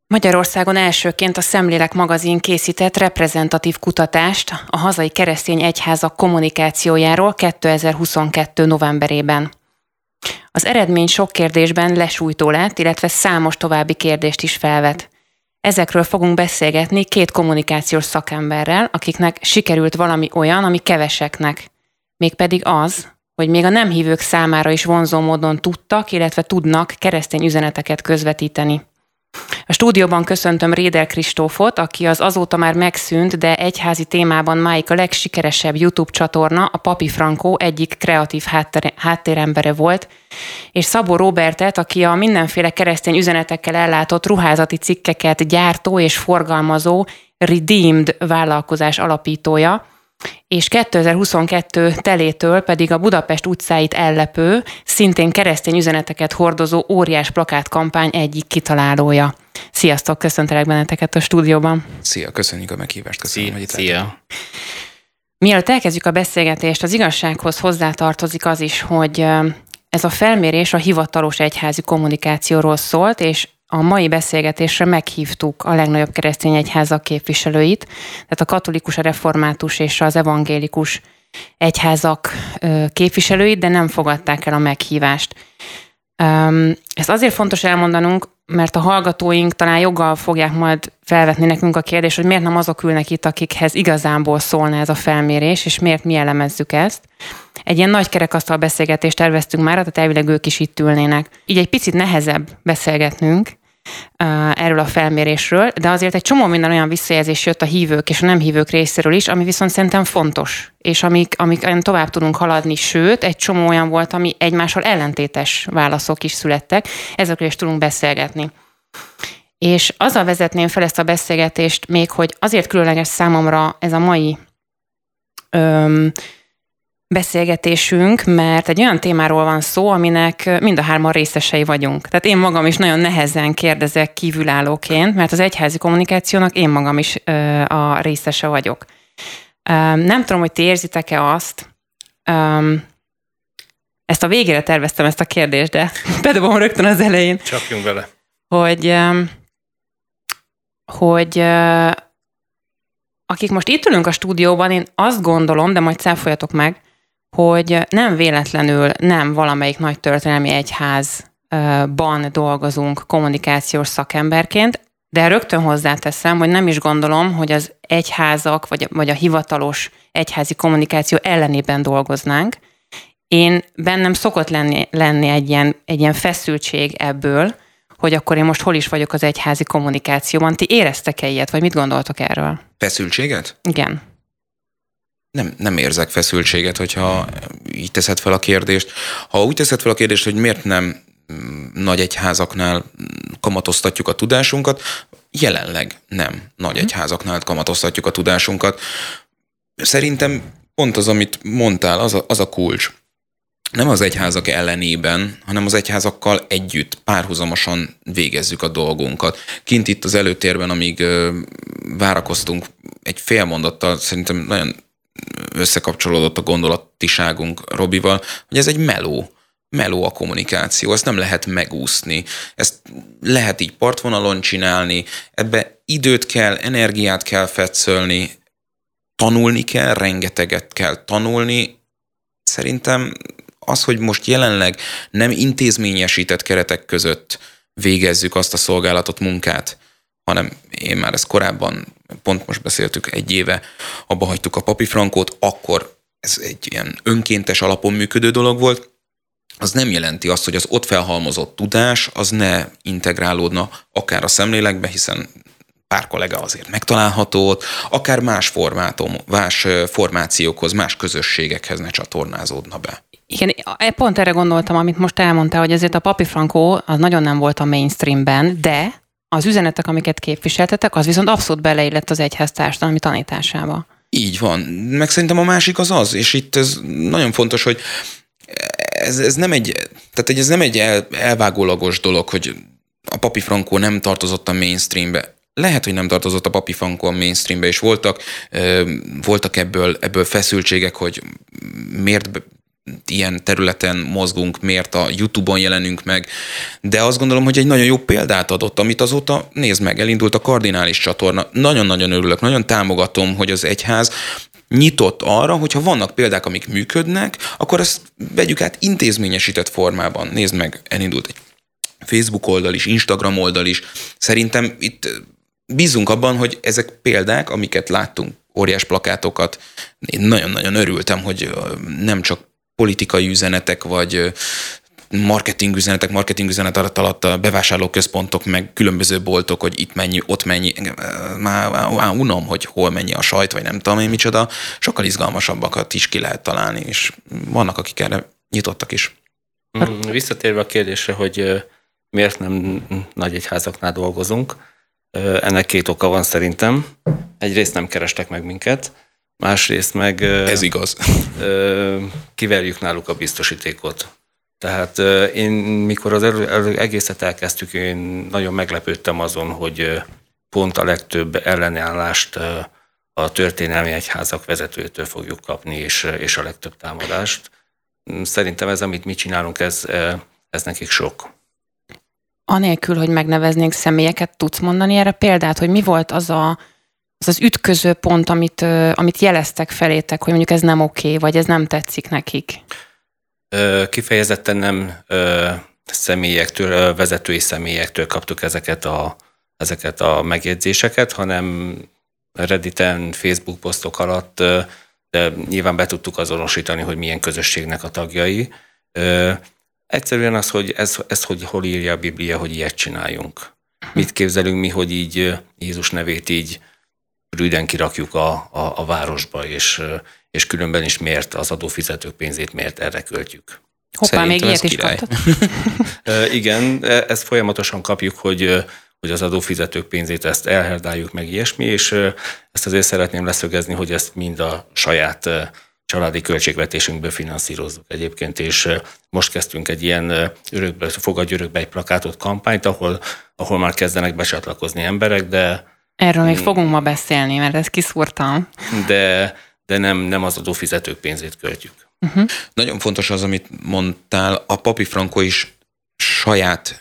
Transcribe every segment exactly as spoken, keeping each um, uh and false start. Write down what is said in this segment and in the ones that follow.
Magyarországon elsőként a Szemlélek magazin készített reprezentatív kutatást a hazai keresztény egyházak kommunikációjáról kétezer-huszonkettő novemberében. Az eredmény sok kérdésben lesújtó lett, illetve számos további kérdést is felvet. Ezekről fogunk beszélgetni két kommunikációs szakemberrel, akiknek sikerült valami olyan, ami keveseknek. Mégpedig az, hogy még a nem hívők számára is vonzó módon tudtak, illetve tudnak keresztény üzeneteket közvetíteni. A stúdióban köszöntöm Réder Kristófot, aki az azóta már megszűnt, de egyházi témában máig a legsikeresebb YouTube csatorna, a Papi Frankó egyik kreatív háttér, háttérembere volt, és Szabó Róbertet, aki a mindenféle keresztény üzenetekkel ellátott ruházati cikkeket gyártó és forgalmazó Redeemed vállalkozás alapítója, és kétezer-huszonkettő telétől pedig a Budapest utcáit ellepő, szintén keresztény üzeneteket hordozó óriás plakátkampány egyik kitalálója. Sziasztok, köszöntelek benneteket a stúdióban. Szia, köszönjük a meghívást, köszönöm, Szia, hogy itt szia. lehetek. Mielőtt elkezdjük a beszélgetést, az igazsághoz hozzátartozik az is, hogy ez a felmérés a hivatalos egyházi kommunikációról szólt, és a mai beszélgetésre meghívtuk a legnagyobb keresztény egyházak képviselőit, tehát a katolikus, a református és az evangélikus egyházak képviselőit, de nem fogadták el a meghívást. Ezt azért fontos elmondanunk, mert a hallgatóink talán joggal fogják majd felvetni nekünk a kérdést, hogy miért nem azok ülnek itt, akikhez igazából szólna ez a felmérés, és miért mi elemezzük ezt. Egy ilyen nagy kerekasztal beszélgetést terveztünk már, tehát elvileg ők is itt ülnének. Így egy picit nehezebb beszélgetnünk uh, erről a felmérésről, de azért egy csomó minden olyan visszajelzés jött a hívők és a nem hívők részéről is, ami viszont szerintem fontos, és amik, amik tovább tudunk haladni, sőt, egy csomó olyan volt, ami egymással ellentétes válaszok is születtek, ezekről is tudunk beszélgetni. És azzal vezetném fel ezt a beszélgetést még, hogy azért különleges számomra ez a mai öm, beszélgetésünk, mert egy olyan témáról van szó, aminek mind a hárman részesei vagyunk. Tehát én magam is nagyon nehezen kérdezek kívülállóként, mert az egyházi kommunikációnak én magam is ö, a részese vagyok. Ö, nem tudom, hogy ti érzitek-e azt, ö, ezt a végére terveztem ezt a kérdést, de bedobom rögtön az elején. Csapjunk vele. Hogy, ö, hogy ö, akik most itt ülünk a stúdióban, én azt gondolom, de majd cáfoljatok meg, hogy nem véletlenül nem valamelyik nagy történelmi egyházban dolgozunk kommunikációs szakemberként, de rögtön hozzáteszem, hogy nem is gondolom, hogy az egyházak vagy, vagy a hivatalos egyházi kommunikáció ellenében dolgoznánk. Én bennem szokott lenni, lenni egy, ilyen, egy ilyen feszültség ebből, hogy akkor én most hol is vagyok az egyházi kommunikációban. Ti éreztek-e ilyet, vagy mit gondoltok erről? Feszültséget? Igen. Nem, nem érzek feszültséget, hogyha így teszed fel a kérdést. Ha úgy teszed fel a kérdést, hogy miért nem nagy egyházaknál kamatoztatjuk a tudásunkat, jelenleg nem nagy egyházaknál kamatoztatjuk a tudásunkat. Szerintem pont az, amit mondtál, az a, az a kulcs. Nem az egyházak ellenében, hanem az egyházakkal együtt, párhuzamosan végezzük a dolgunkat. Kint itt az előtérben, amíg ö, várakoztunk egy fél mondattal, szerintem nagyon összekapcsolódott a gondolatiságunk Robival, hogy ez egy meló. Meló a kommunikáció, ezt nem lehet megúszni. Ezt lehet így partvonalon csinálni, ebbe időt kell, energiát kell fetszölni, tanulni kell, rengeteget kell tanulni. Szerintem az, hogy most jelenleg nem intézményesített keretek között végezzük azt a szolgálatot, munkát, hanem én már ezt korábban, pont most beszéltük egy éve, abba hagytuk a Papi Frankót, akkor ez egy ilyen önkéntes alapon működő dolog volt, az nem jelenti azt, hogy az ott felhalmozott tudás, az ne integrálódna akár a szemlélekbe, hiszen pár kollega azért megtalálható ott, akár más formátum, más formációkhoz, más közösségekhez ne csatornázódna be. Igen, pont erre gondoltam, amit most elmondtál, hogy azért a Papi Frankó az nagyon nem volt a mainstreamben, de az üzenetek, amiket képviseltetek, az viszont abszolút beleillett az egyház társadalmi tanításába. Így van. Meg szerintem a másik az az, és itt ez nagyon fontos, hogy ez, ez nem egy, tehát ez nem egy el, elvágólagos dolog, hogy a Papi Frankó nem tartozott a mainstreambe. Lehet, hogy nem tartozott a Papi Frankó a mainstreambe, és voltak, voltak ebből, ebből feszültségek, hogy miért ilyen területen mozgunk, miért a YouTube-on jelenünk meg, de azt gondolom, hogy egy nagyon jó példát adott, amit azóta, nézd meg, elindult a Kardinális csatorna. Nagyon-nagyon örülök, nagyon támogatom, hogy az egyház nyitott arra, hogyha vannak példák, amik működnek, akkor ezt vegyük át intézményesített formában. Nézd meg, elindult egy Facebook oldal is, Instagram oldal is. Szerintem itt bízunk abban, hogy ezek példák, amiket láttunk, óriás plakátokat, én nagyon-nagyon örültem, hogy nem csak politikai üzenetek, vagy marketing üzenetek, marketing üzenet alatt a bevásárlóközpontok, meg különböző boltok, hogy itt mennyi, ott mennyi, már, már unom, hogy hol mennyi a sajt, vagy nem tudom én micsoda, sokkal izgalmasabbakat is ki lehet találni, és vannak, akik erre nyitottak is. Visszatérve a kérdésre, hogy miért nem nagy egyházaknál dolgozunk, ennek két oka van szerintem. Egyrészt nem kerestek meg minket, másrészt meg... Ez igaz. Kiverjük náluk a biztosítékot. Tehát én, mikor az elő, elő, egészet elkezdtük, én nagyon meglepődtem azon, hogy pont a legtöbb ellenállást a történelmi egyházak vezetőtől fogjuk kapni, és, és a legtöbb támadást. Szerintem ez, amit mi csinálunk, ez, ez nekik sok. Anélkül, hogy megneveznénk személyeket, tudsz mondani erre példát, hogy mi volt az a, az, az ütköző pont, amit, amit jeleztek felétek, hogy mondjuk ez nem oké, vagy ez nem tetszik nekik? Kifejezetten nem személyektől, vezetői személyektől kaptuk ezeket a, ezeket a megjegyzéseket, hanem Redditen, Facebook posztok alatt, de nyilván be tudtuk azonosítani, hogy milyen közösségnek a tagjai. Egyszerűen az, hogy ez, ez hogy hol írja a Biblia, hogy ilyet csináljunk. Mit képzelünk mi, hogy így Jézus nevét így rüden kirakjuk a, a, a városba, és, és különben is miért az adófizetők pénzét miért erre költjük. Hoppá, még ilyet is kaptad. Igen, ezt folyamatosan kapjuk, hogy, hogy az adófizetők pénzét ezt elherdáljuk meg ilyesmi, és ezt azért szeretném leszögezni, hogy ezt mind a saját családi költségvetésünkből finanszírozzuk egyébként, és most kezdtünk egy ilyen örökbe, fogadj örökbe egy plakátot kampányt, ahol, ahol már kezdenek becsatlakozni emberek, de... Erről még fogunk ma beszélni, mert ezt kiszúrtam. De, de nem, nem az adófizetők pénzét költjük. Uh-huh. Nagyon fontos az, amit mondtál, a Papi Franko is saját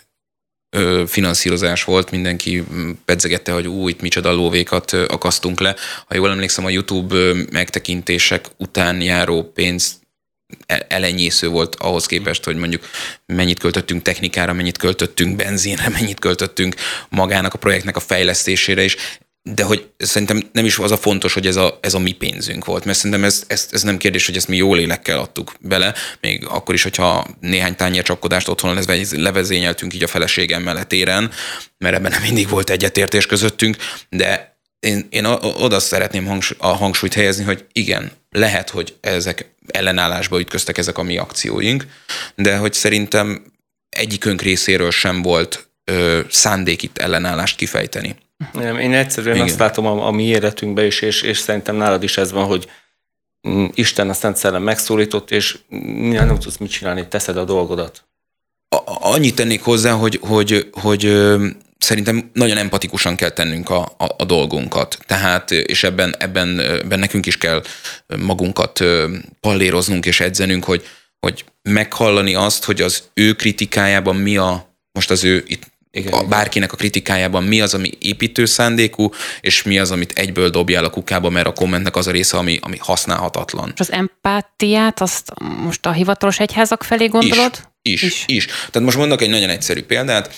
ö, finanszírozás volt, mindenki pedzegette, hogy ú, itt micsoda lóvékat ö, akasztunk le. Ha jól emlékszem, a YouTube ö, megtekintések után járó pénz elenyésző volt ahhoz képest, hogy mondjuk mennyit költöttünk technikára, mennyit költöttünk benzinre, mennyit költöttünk magának a projektnek a fejlesztésére is, de hogy szerintem nem is az a fontos, hogy ez a, ez a mi pénzünk volt, mert szerintem ez, ez, ez nem kérdés, hogy ezt mi jó lélekkel adtuk bele, még akkor is, hogyha néhány tányércsapkodást otthon levezényeltünk így a feleségemmel a téren, mert ebben nem mindig volt egyetértés közöttünk, de én, én oda szeretném hangsúly, a hangsúlyt helyezni, hogy igen, lehet, hogy ezek ellenállásba ütköztek ezek a mi akcióink, de hogy szerintem egyikünk részéről sem volt ö, szándék itt ellenállást kifejteni. Nem, én egyszerűen igen. Azt látom a, a mi életünkben is, és, és szerintem nálad is ez van, hogy Isten, a Szent Szellem megszólított, és nem tudsz mit csinálni, teszed a dolgodat. A, annyit tennék hozzá, hogy, hogy, hogy ö, szerintem nagyon empatikusan kell tennünk a, a, a dolgunkat. Tehát, és ebben, ebben, ebben nekünk is kell magunkat palléroznunk és edzenünk, hogy, hogy meghallani azt, hogy az ő kritikájában mi a, most az ő itt igen, a bárkinek a kritikájában mi az, ami építő szándékú, és mi az, amit egyből dobjál a kukába, mert a kommentnek az a része, ami, ami használhatatlan. És az empátiát, azt most a hivatalos egyházak felé gondolod? Is, is, is. is. Tehát most mondok egy nagyon egyszerű példát.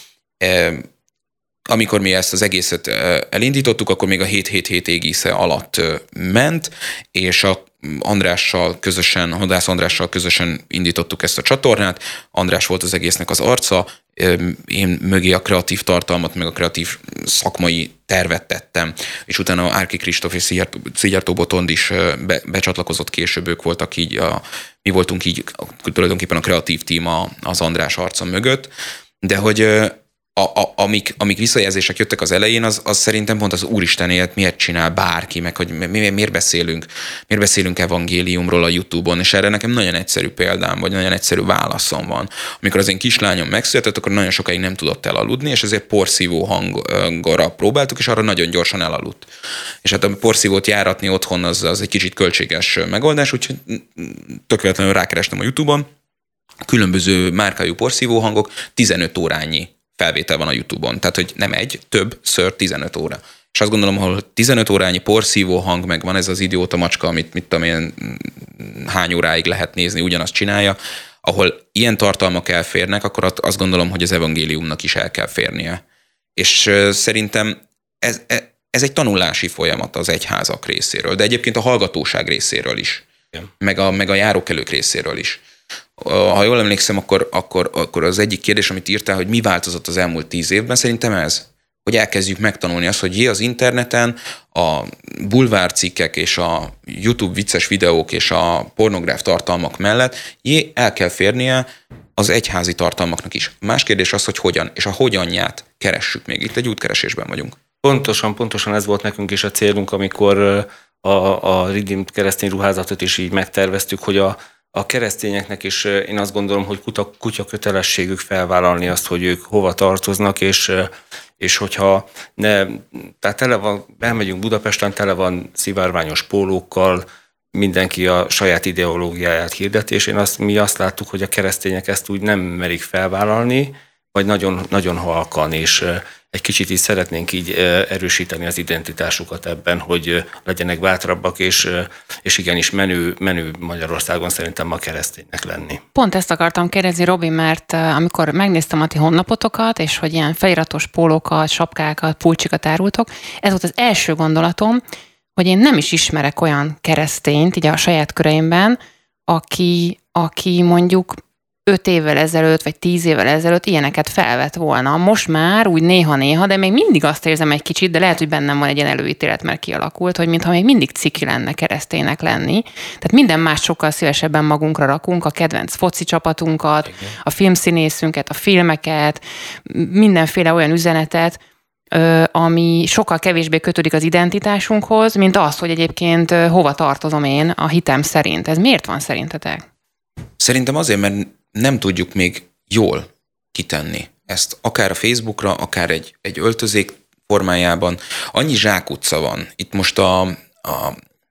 Amikor mi ezt az egészet elindítottuk, akkor még a hét hét hét égisze alatt ment, és a Andrással közösen, Hadász Andrással közösen indítottuk ezt a csatornát. András volt az egésznek az arca, én mögé a kreatív tartalmat, meg a kreatív szakmai tervet tettem, és utána Árki Kristóf és Szijjártó Botond is be, becsatlakozott később, ők voltak így, a, mi voltunk így tulajdonképpen a kreatív tím az András arca mögött, de hogy a, a, amik, amik visszajelzések jöttek az elején, az, az szerintem pont az Úristen élet, miért csinál bárki, meg hogy mi, mi, miért beszélünk, miért beszélünk evangéliumról a YouTube-on, és erre nekem nagyon egyszerű példám, vagy nagyon egyszerű válaszom van. Amikor az én kislányom megszületett, akkor nagyon sokáig nem tudott elaludni, és ezért porszívó hangra próbáltuk, és arra nagyon gyorsan elaludt. És hát a porszívót járatni otthon az, az egy kicsit költséges megoldás, úgyhogy tökéletlenül rákerestem a YouTube-on, különböző márkájú porszívó hangok, tizenöt órányi felvétel van a YouTube-on. Tehát, hogy nem egy, többször tizenöt óra. És azt gondolom, ahol tizenöt órányi porszívó hang, meg van ez az idióta macska, amit mit tudom én, hány óráig lehet nézni, ugyanazt csinálja, ahol ilyen tartalmak elférnek, akkor azt gondolom, hogy az evangéliumnak is el kell férnie. És szerintem ez, ez egy tanulási folyamat az egyházak részéről, de egyébként a hallgatóság részéről is, meg a, meg a járókelők részéről is. Ha jól emlékszem, akkor, akkor, akkor az egyik kérdés, amit írtál, hogy mi változott az elmúlt tíz évben, szerintem ez, hogy elkezdjük megtanulni azt, hogy jé, az interneten a bulvárcikkek és a YouTube vicces videók és a pornográf tartalmak mellett jé, el kell férnie az egyházi tartalmaknak is. Más kérdés az, hogy hogyan, és a hogyanját keressük még. Itt egy útkeresésben vagyunk. Pontosan, pontosan ez volt nekünk is a célunk, amikor a, a Redeemed keresztény ruházatot is így megterveztük, hogy a A keresztényeknek is én azt gondolom, hogy kutya, kutya kötelességük felvállalni azt, hogy ők hova tartoznak, és, és hogyha ne, tehát tele van, elmegyünk Budapesten, tele van szivárványos pólókkal, mindenki a saját ideológiáját hirdeti, és én azt, mi azt láttuk, hogy a keresztények ezt úgy nem merik felvállalni, vagy nagyon, nagyon halkan, és egy kicsit is szeretnénk így erősíteni az identitásukat ebben, hogy legyenek bátrabbak, és, és igenis menő, menő Magyarországon szerintem a kereszténynek lenni. Pont ezt akartam kérdezni, Robi, mert amikor megnéztem a ti honlapotokat, és hogy ilyen feliratos pólókat, sapkákat, pulcsikat árultok, ez volt az első gondolatom, hogy én nem is ismerek olyan keresztényt, így a saját köreimben, aki, aki mondjuk öt évvel ezelőtt, vagy tíz évvel ezelőtt ilyeneket felvett volna. Most már úgy néha-néha, de még mindig azt érzem egy kicsit, de lehet, hogy bennem van egy ilyen előítélet, mert kialakult, hogy mintha még mindig ciki lenne kereszténynek lenni. Tehát minden más sokkal szívesebben magunkra rakunk, a kedvenc foci csapatunkat, igen, a filmszínészünket, a filmeket, mindenféle olyan üzenetet, ami sokkal kevésbé kötődik az identitásunkhoz, mint az, hogy egyébként hova tartozom én a hitem szerint. Ez miért van szerintetek? Szerintem azért, mert nem tudjuk még jól kitenni ezt, akár a Facebookra, akár egy, egy öltözék formájában. Annyi zsákutca van. Itt most a, a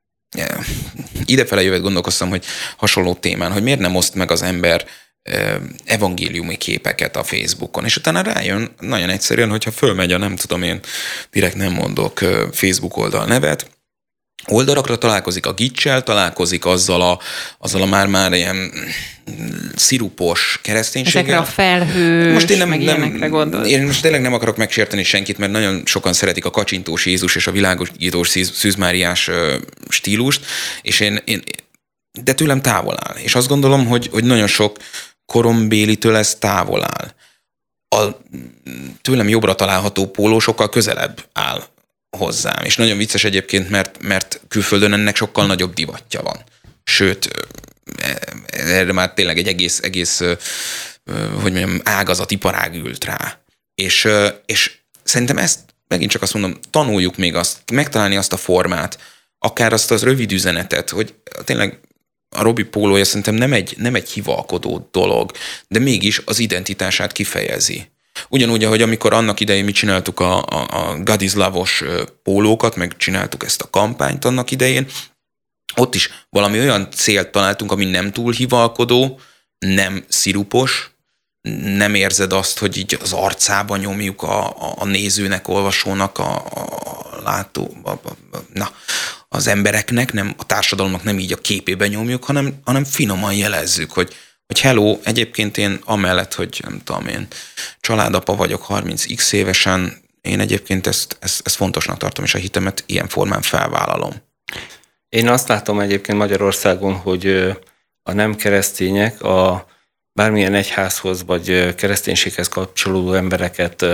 idefele jövet gondolkoztam, hogy hasonló témán, hogy miért nem oszt meg az ember evangéliumi képeket a Facebookon, és utána rájön nagyon egyszerűen, hogyha fölmegy a nem tudom én, direkt nem mondok Facebook oldal nevet, oldalakra találkozik a gicsel, találkozik azzal a, azzal a már-már ilyen szirupos kereszténységgel. Ezekre a felhős, most én nem, meg ilyenekre gondolsz. Én most tényleg nem akarok megsérteni senkit, mert nagyon sokan szeretik a kacsintós Jézus és a világosítós Szűzmáriás stílust, és én, én, de tőlem távol áll. És azt gondolom, hogy, hogy nagyon sok korombélitől ez távol áll. A tőlem jobbra található póló sokkal közelebb áll hozzám. És nagyon vicces egyébként, mert, mert külföldön ennek sokkal nagyobb divatja van. Sőt, erre már tényleg egy egész, egész hogy mondjam, ágazat, iparág ült rá. És, és szerintem ezt megint csak azt mondom, tanuljuk még azt, megtalálni azt a formát, akár azt az rövid üzenetet, hogy tényleg a Robi pólója szerintem nem egy, nem egy hivalkodó dolog, de mégis az identitását kifejezi. Ugyanúgy, ahogy amikor annak idején mi csináltuk a, a, a God is Love-os pólókat, meg csináltuk ezt a kampányt annak idején, ott is valami olyan célt találtunk, ami nem túl hivalkodó, nem szirupos, nem érzed azt, hogy így az arcába nyomjuk a, a, a nézőnek, olvasónak, a, a látó, a, a, na, az embereknek, nem, a társadalomnak nem így a képébe nyomjuk, hanem, hanem finoman jelezzük, hogy hogy hello, egyébként én amellett, hogy nem tudom én, családapa vagyok harminc x évesen, én egyébként ezt, ezt, ezt fontosnak tartom, és a hitemet ilyen formán felvállalom. Én azt látom egyébként Magyarországon, hogy a nem keresztények a bármilyen egyházhoz vagy kereszténységhez kapcsolódó embereket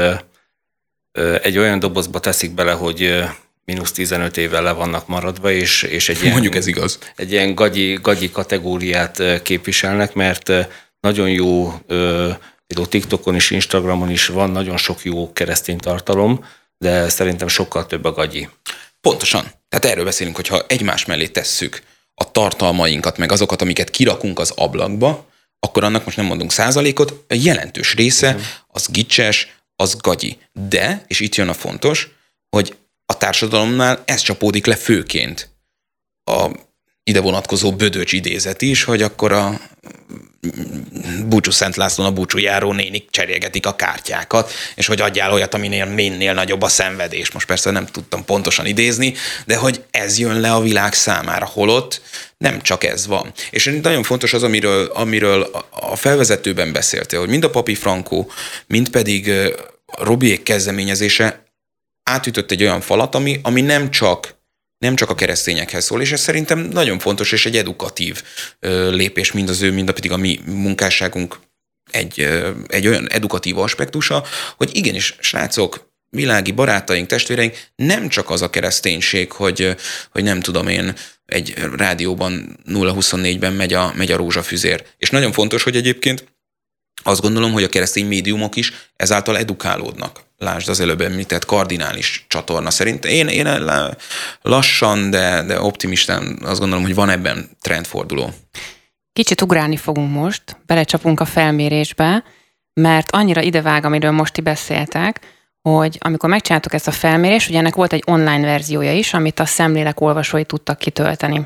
egy olyan dobozba teszik bele, hogy mínusz tizenöt évvel le vannak maradva, és, és egy, ilyen, mondjuk ez igaz. egy ilyen gagyi, gagyi kategóriát képviselnek, mert nagyon jó Például TikTokon és Instagramon is van nagyon sok jó keresztény tartalom, de szerintem sokkal több a gagyi. Pontosan. Tehát erről beszélünk, hogyha egymás mellé tesszük a tartalmainkat, meg azokat, amiket kirakunk az ablakba, akkor annak most nem mondunk százalékot, a jelentős része az gicses, az gagyi. De, és itt jön a fontos, hogy a társadalomnál ez csapódik le főként. A ide vonatkozó Bödöcs idézet is, hogy akkor a Búcsú Szent Lászlón a búcsújáró nénik cserélgetik a kártyákat, és hogy adjál olyat, aminél minél nagyobb a szenvedés. Most persze nem tudtam pontosan idézni, de hogy ez jön le a világ számára, holott nem csak ez van. És nagyon fontos az, amiről, amiről a felvezetőben beszéltél, hogy mind a Papi Frankó, mind pedig Robiék kezdeményezése átütött egy olyan falat, ami, ami nem csak nem csak a keresztényekhez szól, és ez szerintem nagyon fontos, és egy edukatív lépés, mind az ő, mind a pedig a mi munkásságunk egy, egy olyan edukatív aspektusa, hogy igenis, srácok, világi barátaink, testvéreink, nem csak az a kereszténység, hogy, hogy nem tudom én, egy rádióban nulla huszonnégyben megy a, megy a rózsafüzér. És nagyon fontos, hogy egyébként azt gondolom, hogy a keresztény médiumok is ezáltal edukálódnak. Lásd az előbb említett kardinális csatorna szerint. Én, én lassan, de, de optimistán azt gondolom, hogy van ebben trendforduló. Kicsit ugrálni fogunk most, belecsapunk a felmérésbe, mert annyira idevág, amiről most ti beszéltek, hogy amikor megcsináltuk ezt a felmérést, ugye ennek volt egy online verziója is, amit a szemlélek olvasói tudtak kitölteni.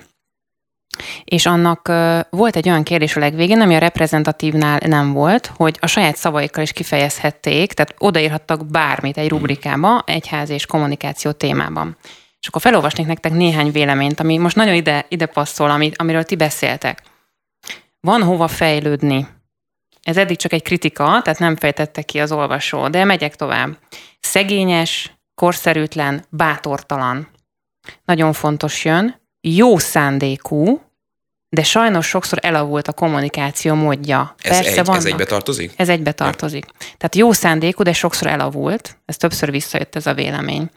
És annak volt egy olyan kérdés a legvégén, ami a reprezentatívnál nem volt, hogy a saját szavaikkal is kifejezhették, tehát odaírhattak bármit egy rubrikába, egyház és kommunikáció témában. És akkor felolvasnék nektek néhány véleményt, ami most nagyon ide, ide passzol, amit, amiről ti beszéltek. Van hova fejlődni. Ez eddig csak egy kritika, tehát nem fejtette ki az olvasó, de megyek tovább. Szegényes, korszerűtlen, bátortalan. Nagyon fontos jön. Jó szándékú, de sajnos sokszor elavult a kommunikáció módja. Ez, Persze egy, ez egybe tartozik? Ez egybe tartozik. Ja. Tehát jó szándékú, de sokszor elavult. Ez többször visszajött ez a vélemény.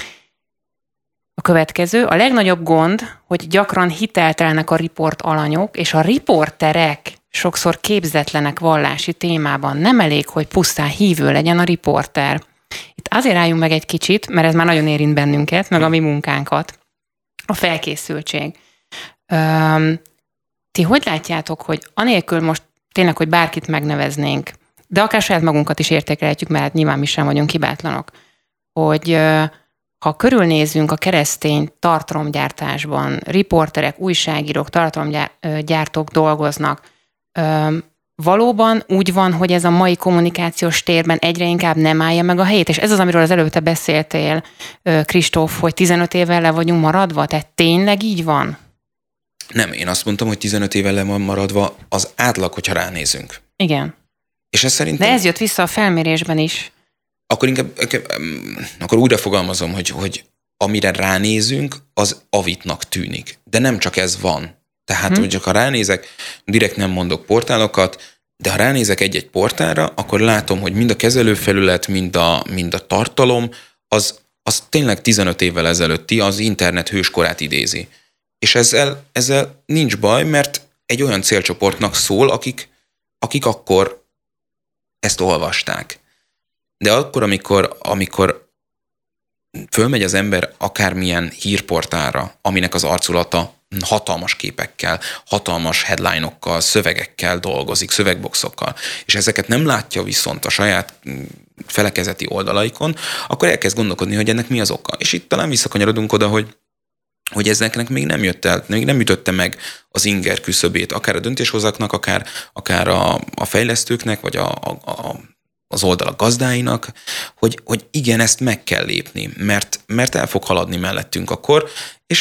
A következő, a legnagyobb gond, hogy gyakran hiteltelenek a riport alanyok, és a riporterek sokszor képzetlenek vallási témában. Nem elég, hogy pusztán hívő legyen a riporter. Itt azért álljunk meg egy kicsit, mert ez már nagyon érint bennünket, meg a mi munkánkat. A felkészültség. Üm, ti hogy látjátok, hogy anélkül most tényleg, hogy bárkit megneveznénk, de akár saját magunkat is értékelhetjük, mert nyilván mi sem vagyunk hibátlanok, hogy ha körülnézünk a keresztény tartalomgyártásban, riporterek, újságírók, tartalomgyártók dolgoznak, valóban úgy van, hogy ez a mai kommunikációs térben egyre inkább nem állja meg a helyét, és ez az, amiről az előbb te beszéltél, Kristóf, hogy tizenöt évvel le vagyunk maradva, tehát tényleg így van? Nem, én azt mondtam, hogy tizenöt évvel le van maradva az átlag, hogyha ránézünk. Igen. És ez szerintem... De ez jött vissza a felmérésben is. Akkor inkább, akkor újra fogalmazom, hogy, hogy amire ránézünk, az avitnak tűnik. De nem csak ez van. Tehát, hmm. hogy csak ha ránézek, direkt nem mondok portálokat, de ha ránézek egy-egy portálra, akkor látom, hogy mind a kezelőfelület, mind a, mind a tartalom, az, az tényleg tizenöt évvel ezelőtti, az internet hőskorát idézi. És ezzel, ezzel nincs baj, mert egy olyan célcsoportnak szól, akik, akik akkor ezt olvasták. De akkor, amikor, amikor fölmegy az ember akármilyen hírportálra, aminek az arculata hatalmas képekkel, hatalmas headline-okkal, szövegekkel dolgozik, szövegboxokkal, és ezeket nem látja viszont a saját felekezeti oldalaikon, akkor elkezd gondolkodni, hogy ennek mi az oka. És itt talán visszakanyarodunk oda, hogy, hogy ezeknek még nem jött el, még nem ütötte meg az inger küszöbét, akár a döntéshozóknak, akár, akár a, a fejlesztőknek, vagy a, a, a az oldalak gazdáinak, hogy, hogy igen, ezt meg kell lépni, mert, mert el fog haladni mellettünk akkor, és,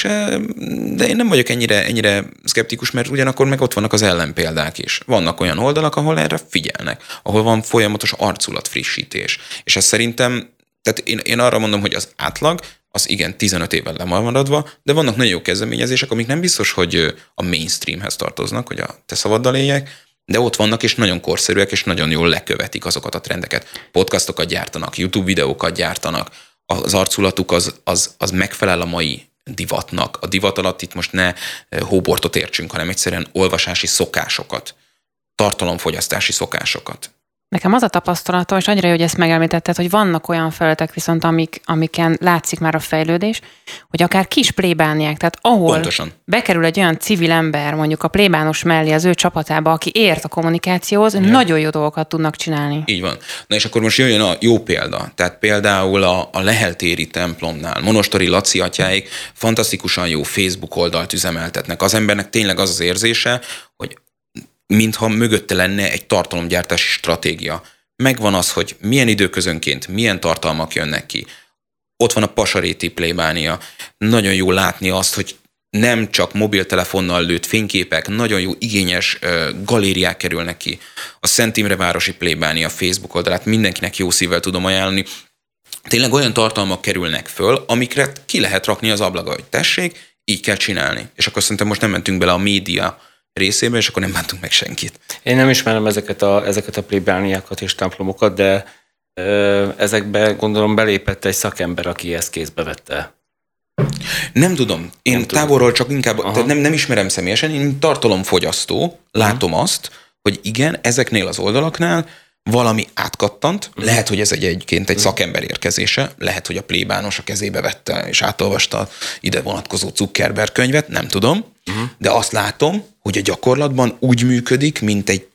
de én nem vagyok ennyire, ennyire szkeptikus, mert ugyanakkor meg ott vannak az ellenpéldák is. Vannak olyan oldalak, ahol erre figyelnek, ahol van folyamatos arculat frissítés. És ez szerintem, tehát én, én arra mondom, hogy az átlag, az igen, tizenöt évvel lemaradva, de vannak nagyon jó kezdeményezések, amik nem biztos, hogy a mainstreamhez tartoznak, hogy a te szavaddal éljek, de ott vannak, és nagyon korszerűek, és nagyon jól lekövetik azokat a trendeket. Podcastokat gyártanak, YouTube videókat gyártanak, az arculatuk az, az, az megfelel a mai divatnak. A divat alatt itt most ne hóbortot értsünk, hanem egyszerűen olvasási szokásokat, tartalomfogyasztási szokásokat. Nekem az a tapasztalatom, és annyira jó, hogy ezt megemlítetted, hogy vannak olyan felületek viszont, amik, amiken látszik már a fejlődés, hogy akár kis plébániák, tehát ahol Pontosan. bekerül egy olyan civil ember, mondjuk a plébános mellé az ő csapatába, aki ért a kommunikációhoz, ja. nagyon jó dolgokat tudnak csinálni. Így van. Na és akkor most jöjjön a jó példa. Tehát például a, a Leheltéri templomnál Monostori Laci atyáik fantasztikusan jó Facebook oldalt üzemeltetnek. Az embernek tényleg az az érzése, hogy mintha mögötte lenne egy tartalomgyártási stratégia. Megvan az, hogy milyen időközönként milyen tartalmak jönnek ki. Ott van a Pasaréti plébánia. Nagyon jó látni azt, hogy nem csak mobiltelefonnal lőtt fényképek, nagyon jó igényes uh, galériák kerülnek ki. A Szent Imre városi plébánia Facebook oldalát mindenkinek jó szívvel tudom ajánlani. Tényleg olyan tartalmak kerülnek föl, amikre ki lehet rakni az ablakba, hogy tessék, így kell csinálni. És akkor szerintem most nem mentünk bele a média részébe, és akkor nem bántunk meg senkit. Én nem ismerem ezeket a, ezeket a plébániákat és templomokat, de ö, ezekbe gondolom belépett egy szakember, aki ezt kézbe vette. Nem tudom. Én nem távolról tudom. Csak inkább, tehát nem, nem ismerem személyesen, én tartalomfogyasztó, látom uh-huh. azt, hogy igen, ezeknél az oldalaknál valami átkattant, uh-huh. lehet, hogy ez egy, egyébként egy uh-huh. szakember érkezése, lehet, hogy a plébános a kezébe vette, és átolvasta ide vonatkozó Zuckerberg könyvet, nem tudom, uh-huh. de azt látom, hogy a gyakorlatban úgy működik, mint egy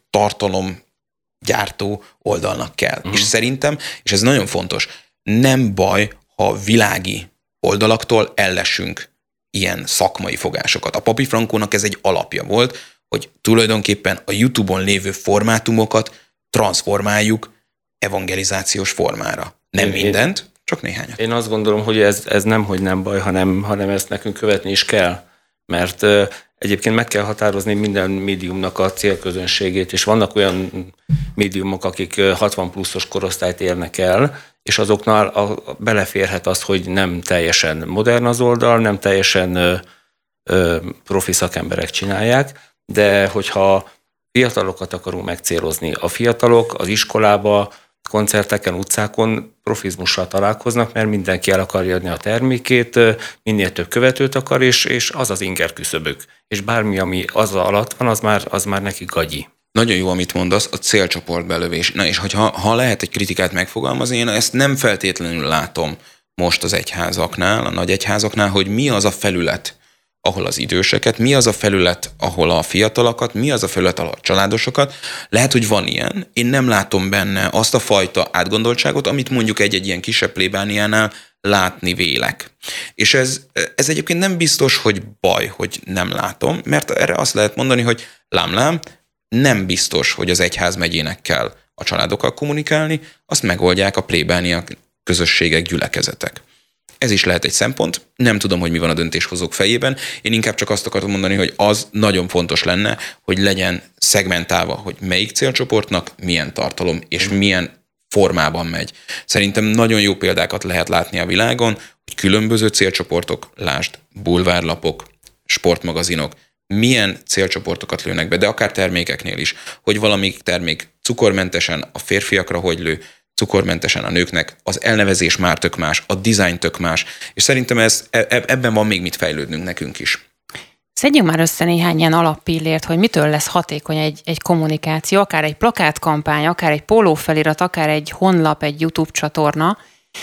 tartalomgyártó oldalnak kell. Uh-huh. És szerintem, és ez nagyon fontos, nem baj, ha világi oldalaktól ellessünk ilyen szakmai fogásokat. A Papi Frankónak ez egy alapja volt, hogy tulajdonképpen a YouTube-on lévő formátumokat transformáljuk evangelizációs formára. Nem én, mindent, csak néhányat. Én azt gondolom, hogy ez, ez nem, hogy nem baj, hanem, hanem ezt nekünk követni is kell. Mert uh, egyébként meg kell határozni minden médiumnak a célközönségét, és vannak olyan médiumok, akik hatvan pluszos korosztályt érnek el, és azoknál a, a, beleférhet az, hogy nem teljesen modern az oldal, nem teljesen ö, ö, profi szakemberek csinálják, de hogyha fiatalokat akarunk megcélozni, a fiatalok az iskolába, koncerteken, utcákon profizmussal találkoznak, mert mindenki el akarja adni a termékét, minél több követőt akar, és, és az az inger küszöbük. És bármi, ami az alatt van, az már, az már neki gagyi. Nagyon jó, amit mondasz, a célcsoport belövés. Na és hogyha, ha lehet egy kritikát megfogalmazni, én ezt nem feltétlenül látom most az egyházaknál, a nagy egyházaknál, hogy mi az a felület, ahol az időseket, mi az a felület, ahol a fiatalokat, mi az a felület, ahol a családosokat. Lehet, hogy van ilyen. Én nem látom benne azt a fajta átgondoltságot, amit mondjuk egy-egy ilyen kisebb plébániánál látni vélek. És ez, ez egyébként nem biztos, hogy baj, hogy nem látom, mert erre azt lehet mondani, hogy lám-lám, nem biztos, hogy az egyházmegyének kell a családokkal kommunikálni, azt megoldják a plébániak, közösségek, gyülekezetek. Ez is lehet egy szempont, nem tudom, hogy mi van a döntéshozók fejében, én inkább csak azt akartam mondani, hogy az nagyon fontos lenne, hogy legyen szegmentálva, hogy melyik célcsoportnak milyen tartalom és milyen formában megy. Szerintem nagyon jó példákat lehet látni a világon, hogy különböző célcsoportok, lásd, bulvárlapok, sportmagazinok, milyen célcsoportokat lőnek be, de akár termékeknél is, hogy valamelyik termék cukormentesen a férfiakra hogy lő, cukormentesen a nőknek, az elnevezés már tök más, a dizájn tök más, és szerintem ez, ebben van még mit fejlődnünk nekünk is. Szedjünk már össze néhány ilyen alappillért, hogy mitől lesz hatékony egy, egy kommunikáció, akár egy plakátkampány, akár egy pólófelirat, akár egy honlap, egy YouTube csatorna,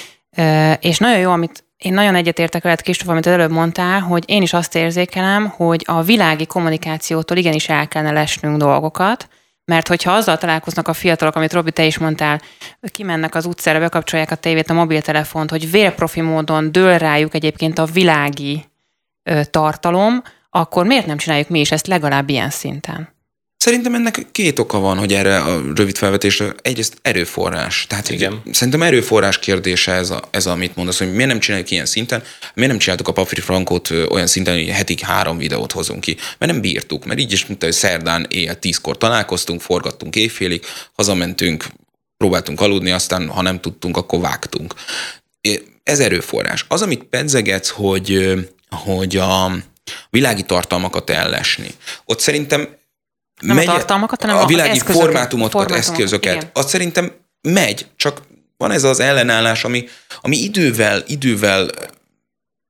és nagyon jó, amit én nagyon egyetértek veled, Kristóf, amit előbb mondtál, hogy én is azt érzékelem, hogy a világi kommunikációtól igenis el kellene lesnünk dolgokat, mert hogyha azzal találkoznak a fiatalok, amit Robi, te is mondtál, kimennek az utcára, bekapcsolják a tévét, a mobiltelefont, hogy vérprofi módon dől rájuk egyébként a világi ö, tartalom, akkor miért nem csináljuk mi is ezt legalább ilyen szinten? Szerintem ennek két oka van, hogy erre a rövid felvetésre egyrészt erőforrás. Tehát igen. Szerintem erőforrás kérdése ez, a, ez, amit mondasz, hogy miért nem csináljuk ilyen szinten, miért nem csináltuk a Papi Frankót olyan szinten, hogy hetig három videót hozunk ki, mert nem bírtuk, mert így is, mint hogy szerdán éjjel tízkor találkoztunk, forgattunk éjfélig, hazamentünk, próbáltunk aludni, aztán ha nem tudtunk, akkor vágtunk. Ez erőforrás. Az, amit pedzegetsz, hogy, hogy a világi tartalmakat ellesni, ott szerintem nem megy, a tartalmakat, hanem a világi eszközöket, formátumokat, formátumokat, eszközöket. Igen. Azt szerintem megy, csak van ez az ellenállás, ami, ami idővel, idővel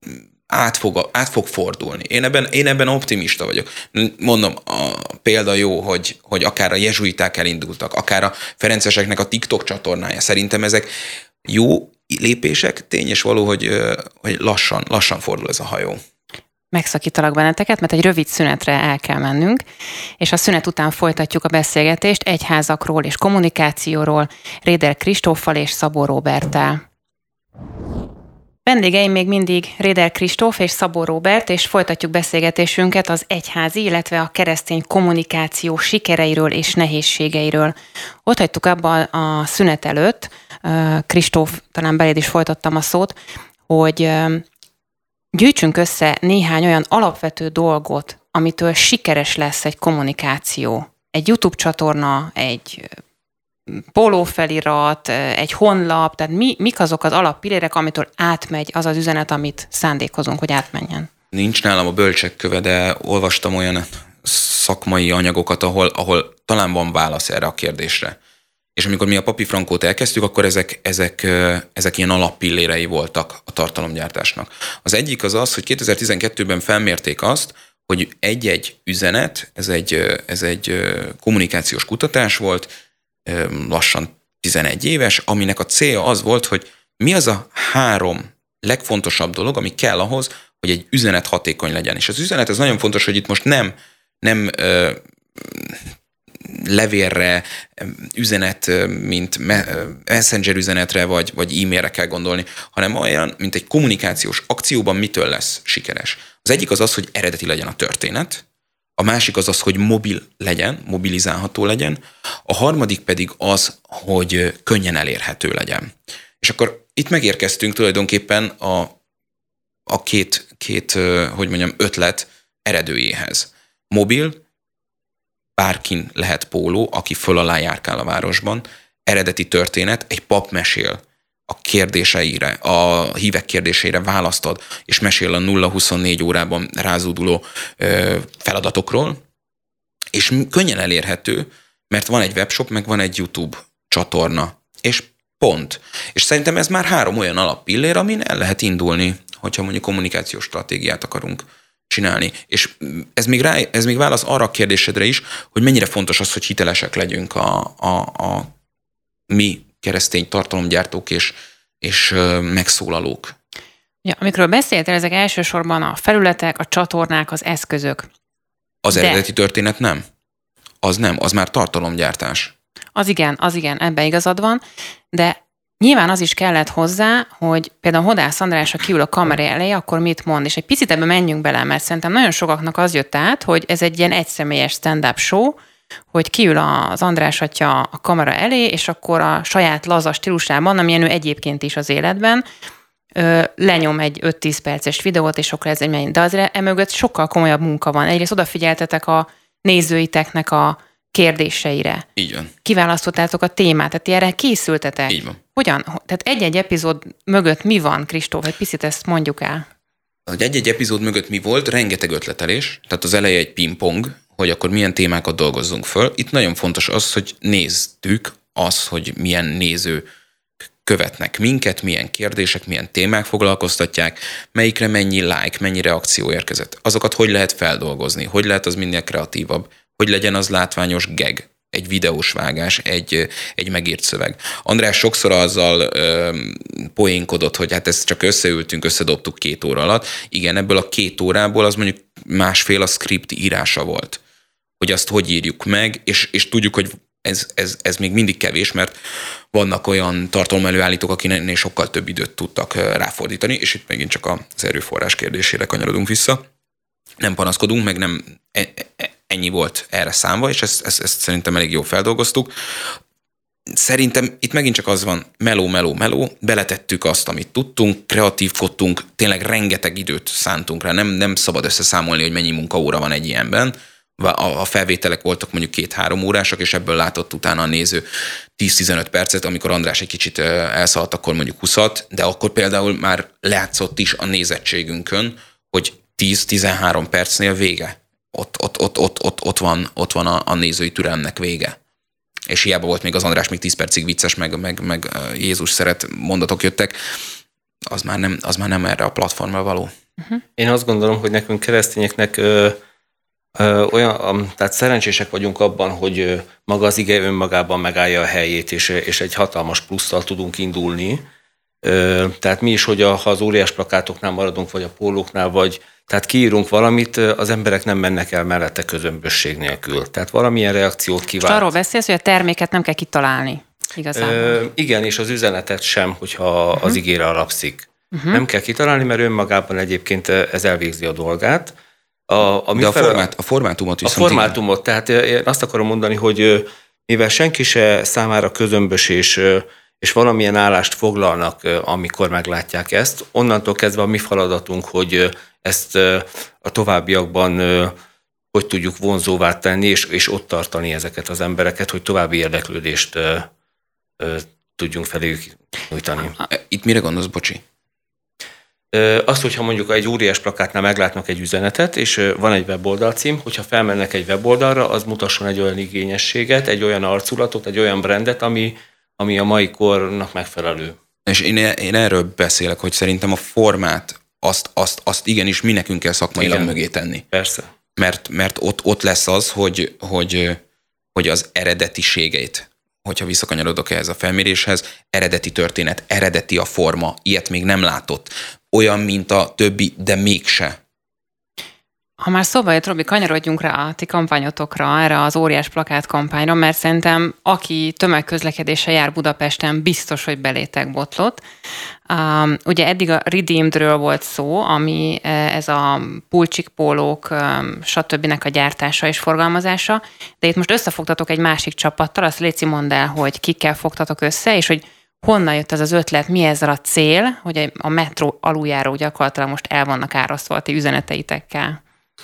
át fog, át fog fordulni. Én ebben, én ebben optimista vagyok. Mondom, a példa jó, hogy, hogy akár a jezsuiták elindultak, akár a ferenceseknek a TikTok csatornája. Szerintem ezek jó lépések, tény és való, hogy, hogy lassan, lassan fordul ez a hajó. Megszakítalak benneteket, mert egy rövid szünetre el kell mennünk, és a szünet után folytatjuk a beszélgetést egyházakról és kommunikációról Réder Kristóffal és Szabó Róberttel. Vendégeim még mindig Réder Kristóf és Szabó Róbert, és folytatjuk beszélgetésünket az egyházi, illetve a keresztény kommunikáció sikereiről és nehézségeiről. Ott hagytuk abban a szünet előtt, Kristóf, talán beléd is folytattam a szót, hogy gyűjtsünk össze néhány olyan alapvető dolgot, amitől sikeres lesz egy kommunikáció. Egy YouTube csatorna, egy pólófelirat, egy honlap, tehát mi, mik azok az alappillérek, amitől átmegy az az üzenet, amit szándékozunk, hogy átmenjen? Nincs nálam a bölcsek köve, de olvastam olyan szakmai anyagokat, ahol, ahol talán van válasz erre a kérdésre. És amikor mi a Papi Frankót elkezdtük, akkor ezek, ezek, ezek ilyen alappillérei voltak a tartalomgyártásnak. Az egyik az az, hogy kétezer-tizenkettőben felmérték azt, hogy egy-egy üzenet, ez egy, ez egy kommunikációs kutatás volt, lassan tizenegy éves, aminek a célja az volt, hogy mi az a három legfontosabb dolog, ami kell ahhoz, hogy egy üzenet hatékony legyen. És az üzenet, ez nagyon fontos, hogy itt most nem, nem ö, levélre, üzenet, mint messenger üzenetre, vagy, vagy e-mailre kell gondolni, hanem olyan, mint egy kommunikációs akcióban mitől lesz sikeres. Az egyik az az, hogy eredeti legyen a történet, a másik az az, hogy mobil legyen, mobilizálható legyen, a harmadik pedig az, hogy könnyen elérhető legyen. És akkor itt megérkeztünk tulajdonképpen a, a két, két, hogy mondjam, ötlet eredőjéhez. Mobil, bárkin lehet póló, aki föl alá járkál a városban, eredeti történet, egy pap mesél a kérdéseire, a hívek kérdéseire választad, és mesél a nulla huszonnégy órában rázóduló ö, feladatokról, és könnyen elérhető, mert van egy webshop, meg van egy YouTube csatorna, és pont. És szerintem ez már három olyan alappillér, amin el lehet indulni, hogyha mondjuk kommunikációs stratégiát akarunk csinálni. És ez még, rá, ez még válasz arra a kérdésedre is, hogy mennyire fontos az, hogy hitelesek legyünk a, a, a mi keresztény tartalomgyártók és, és megszólalók. Ja, amikről beszéltél, ezek elsősorban a felületek, a csatornák, az eszközök. Az De... eredeti történet nem. Az nem, az már tartalomgyártás. Az igen, az igen, ebben igazad van, de nyilván az is kellett hozzá, hogy például Hodász András, ha kiül a kamera elé, akkor mit mond, és egy picit ebbe menjünk bele, mert szerintem nagyon sokaknak az jött át, hogy ez egy ilyen egyszemélyes stand-up show, hogy kiül az András atya a kamera elé, és akkor a saját laza stílusában, amilyen ő egyébként is az életben, lenyom egy öt-tíz perces videót, és akkor ez egy menny. De azért emögött sokkal komolyabb munka van. Egyrészt odafigyeltetek a nézőiteknek a kérdéseire. Így van. Kiválasztottátok a témát, tehát ti erre készültetek. Így van. Hogyan? Tehát egy-egy epizód mögött mi van, Kristóf? Egy picit ezt mondjuk el. Hogy egy-egy epizód mögött mi volt, rengeteg ötletelés, tehát az eleje egy pingpong, hogy akkor milyen témákat dolgozzunk föl. Itt nagyon fontos az, hogy néztük az, hogy milyen néző követnek minket, milyen kérdések, milyen témák foglalkoztatják, melyikre mennyi like, mennyi reakció érkezett. Azokat hogy lehet feldolgozni, hogy lehet az minél kreatívabb, hogy legyen az látványos gag, egy videós vágás, egy, egy megírt szöveg. András sokszor azzal ö, poénkodott, hogy hát ezt csak összeültünk, összedobtuk két óra alatt. Igen, ebből a két órából az mondjuk másfél a script írása volt. Hogy azt hogy írjuk meg, és, és tudjuk, hogy ez, ez, ez még mindig kevés, mert vannak olyan tartalomelőállítók, akiknél sokkal több időt tudtak ráfordítani, és itt megint csak az erőforrás kérdésére kanyarodunk vissza. Nem panaszkodunk, meg nem ennyi volt erre számva, és ezt, ezt, ezt szerintem elég jól feldolgoztuk. Szerintem itt megint csak az van, meló, meló, meló, beletettük azt, amit tudtunk, kreatívkodtunk, tényleg rengeteg időt szántunk rá, nem, nem szabad összeszámolni, hogy mennyi munkaóra van egy ilyenben. A felvételek voltak mondjuk két-három órásak, és ebből látott utána a néző tíz-tizenöt percet, amikor András egy kicsit elszaladt, akkor mondjuk húszat, de akkor például már látszott is a nézettségünkön, hogy tíz-tizenhárom percnél vége. Ott, ott, ott, ott, ott, ott van, ott van a, a nézői türelmnek vége. És hiába volt még az András még tíz percig vicces, meg, meg, meg Jézus szeret mondatok jöttek, az már nem, az már nem erre a platformra való. Uh-huh. Én azt gondolom, hogy nekünk keresztényeknek ö, ö, olyan, tehát szerencsések vagyunk abban, hogy maga az ige önmagában megállja a helyét, és, és egy hatalmas plusszal tudunk indulni. Ö, tehát mi is, hogy a, ha az óriás plakátoknál maradunk, vagy a pólóknál, vagy tehát kiírunk valamit, az emberek nem mennek el mellette közömbösség nélkül. Tehát valamilyen reakciót kivált. És arról beszélsz, hogy a terméket nem kell kitalálni igazából. Ö, igen, és az üzenetet sem, hogyha uh-huh. az igére alapszik. Uh-huh. Nem kell kitalálni, mert önmagában egyébként ez elvégzi a dolgát. A, a De a, fel, formát, a formátumot viszont... A formátumot, igen. Tehát én azt akarom mondani, hogy mivel senki se számára közömbös és, és valamilyen állást foglalnak, amikor meglátják ezt, onnantól kezdve a mi feladatunk, hogy ezt a továbbiakban hogy tudjuk vonzóvá tenni, és, és ott tartani ezeket az embereket, hogy további érdeklődést ö, ö, tudjunk feléjük nyújtani. Itt mire gondolsz, bocsi? Azt, hogyha mondjuk egy óriás plakátnál meglátnak egy üzenetet, és van egy weboldalcím, hogyha felmennek egy weboldalra, az mutasson egy olyan igényességet, egy olyan arculatot, egy olyan brandet, ami, ami a mai kornak megfelelő. És én, én erről beszélek, hogy szerintem a formát, azt, azt, azt igenis mi nekünk kell szakmailag Igen. mögé tenni. Persze. Mert, mert ott, ott lesz az, hogy, hogy, hogy az eredetiségeit, hogyha visszakanyarodok ehhez a felméréshez, eredeti történet, eredeti a forma, ilyet még nem látott. Olyan, mint a többi, de mégse. Ha már szóba jött, Robi, kanyarodjunk rá a ti kampányotokra, erre az óriás plakát kampányra, mert szerintem aki tömegközlekedéssel jár Budapesten, biztos, hogy belétek botlott. Um, ugye eddig a Redeemedről volt szó, ami ez a pulcsik, pólók, um, stb. A gyártása és forgalmazása, de itt most összefogtatok egy másik csapattal, azt Léci, mondd el, hogy kikkel fogtatok össze, és hogy honnan jött ez az ötlet, mi ezzel a cél, hogy a metró aluljárók gyakorlatilag most el vannak árasztva a ti üzeneteitekkel?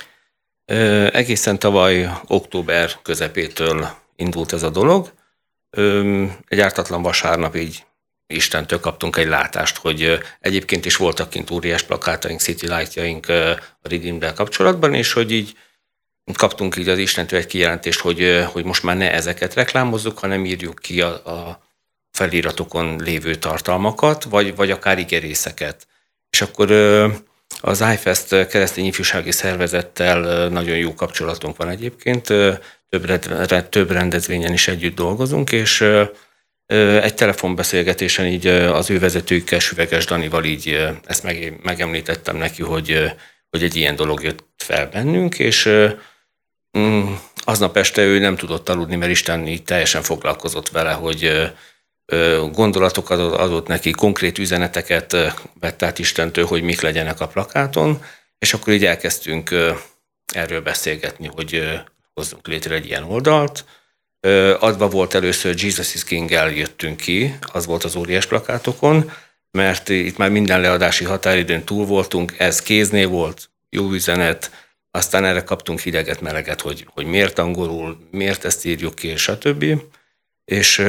Ö, egészen tavaly október közepétől indult ez a dolog. Ö, egy ártatlan vasárnap így Istentől kaptunk egy látást, hogy egyébként is voltak kint óriás plakátaink, city lightjaink a Redeemeddel kapcsolatban, és hogy így kaptunk így az Istentől egy kijelentést, hogy, hogy most már ne ezeket reklámozzuk, hanem írjuk ki a, a feliratokon lévő tartalmakat, vagy, vagy akár igerészeket. És akkor az iFest keresztény ifjúsági szervezettel nagyon jó kapcsolatunk van egyébként, több, több rendezvényen is együtt dolgozunk, és egy telefonbeszélgetésen így az ő vezetőkkel, Süveges Danival így ezt meg, megemlítettem neki, hogy, hogy egy ilyen dolog jött fel bennünk, és aznap este ő nem tudott aludni, mert Isten így teljesen foglalkozott vele, hogy gondolatokat adott neki, konkrét üzeneteket vett át Istentől, hogy mik legyenek a plakáton, és akkor így elkezdtünk erről beszélgetni, hogy hozzunk létre egy ilyen oldalt. Adva volt először Jesus is King-el jöttünk ki, az volt az óriás plakátokon, mert itt már minden leadási határidőn túl voltunk, ez kéznél volt, jó üzenet, aztán erre kaptunk hideget, meleget, hogy, hogy miért angolul, miért ezt írjuk ki, és stb. És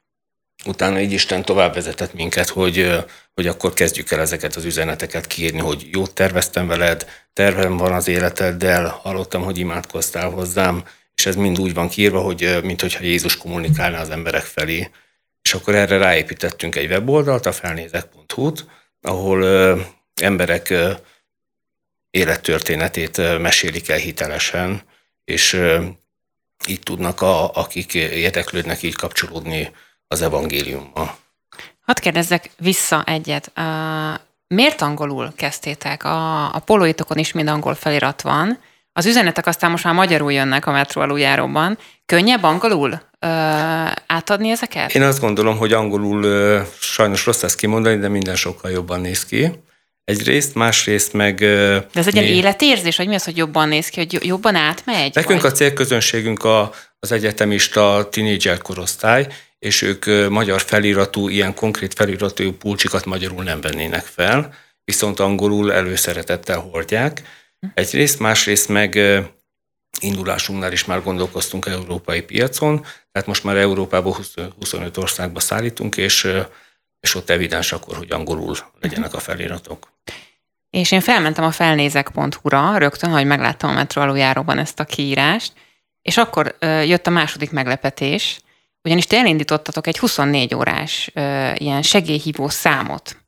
utána így Isten tovább vezetett minket, hogy, hogy akkor kezdjük el ezeket az üzeneteket kiírni, hogy jót terveztem veled, tervem van az életeddel, hallottam, hogy imádkoztál hozzám, és ez mind úgy van kiírva, hogy minthogyha Jézus kommunikálna az emberek felé. És akkor erre ráépítettünk egy weboldalt, a felnézek pont hu-t, ahol ö, emberek ö, élettörténetét ö, mesélik el hitelesen, és ö, így tudnak, a, akik érdeklődnek, így kapcsolódni az evangéliummal. Hadd kérdezzek vissza egyet. Uh, miért angolul kezdtétek? A, a pólóitokon is mind angol felirat van. Az üzenetek aztán most már magyarul jönnek a metró aluljáróban. Könnyebb angolul uh, átadni ezeket? Én azt gondolom, hogy angolul uh, sajnos rossz ezt kimondani, de minden sokkal jobban néz ki. Egyrészt, másrészt meg... Uh, de ez egy ilyen életérzés, vagy mi az, hogy jobban néz ki, hogy jobban átmegy? Nekünk vagy? A célközönségünk a, az egyetemista tínédzser korosztály, és ők uh, magyar feliratú, ilyen konkrét feliratú pulcsikat magyarul nem vennének fel, viszont angolul előszeretettel hordják. Egyrészt, másrészt meg indulásunknál is már gondolkoztunk európai piacon, tehát most már Európából huszonöt országba szállítunk, és, és ott evidens akkor, hogy angolul legyenek a feliratok. És én felmentem a felnézek pont hu-ra, rögtön, hogy megláttam a metró aluljáróban ezt a kiírást, és akkor jött a második meglepetés, ugyanis te elindítottatok egy huszonnégy órás ilyen segélyhívó számot.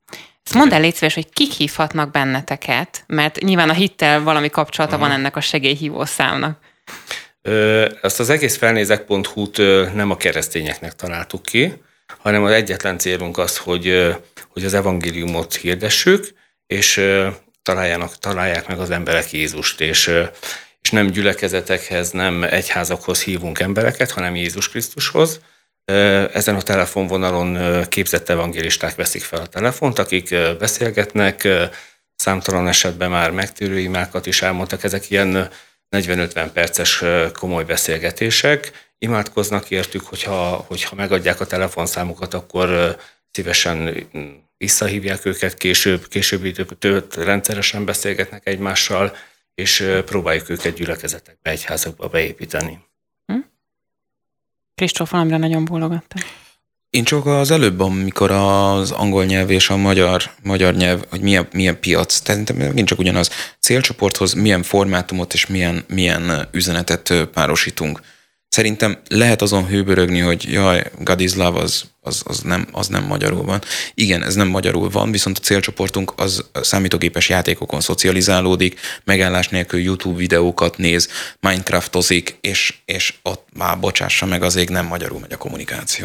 Mondd el, légy szíves, hogy kik hívhatnak benneteket, mert nyilván a hittel valami kapcsolata uh-huh. van ennek a segélyhívó számnak. Ö, azt az egész felnézek pont hú-t nem a keresztényeknek találtuk ki, hanem az egyetlen célunk az, hogy, hogy az evangéliumot hirdessük, és találjanak, találják meg az emberek Jézust, és, és nem gyülekezetekhez, nem egyházakhoz hívunk embereket, hanem Jézus Krisztushoz. Ezen a telefonvonalon képzett evangélisták veszik fel a telefont, akik beszélgetnek, számtalan esetben már megtérő imákat is elmondtak, ezek ilyen negyven-ötven perces komoly beszélgetések, imádkoznak értük, hogyha, hogyha megadják a telefonszámukat, akkor szívesen visszahívják őket később, későbbi időt rendszeresen beszélgetnek egymással, és próbáljuk őket gyülekezetekbe, egyházakba beépíteni. Hm? Kristóf, valamire nagyon bólogattam. Én csak az előbb, amikor az angol nyelv és a magyar, magyar nyelv, hogy milyen, milyen piac, tehát megint csak ugyanaz célcsoporthoz, milyen formátumot és milyen, milyen üzenetet párosítunk. Szerintem lehet azon hőbörögni, hogy jaj, God is love, az, az, az, nem, az nem magyarul van. Igen, ez nem magyarul van, viszont a célcsoportunk az számítógépes játékokon szocializálódik, megállás nélkül YouTube videókat néz, Minecraftozik, és, és ott már bocsássa meg, az ég nem magyarul megy a kommunikáció.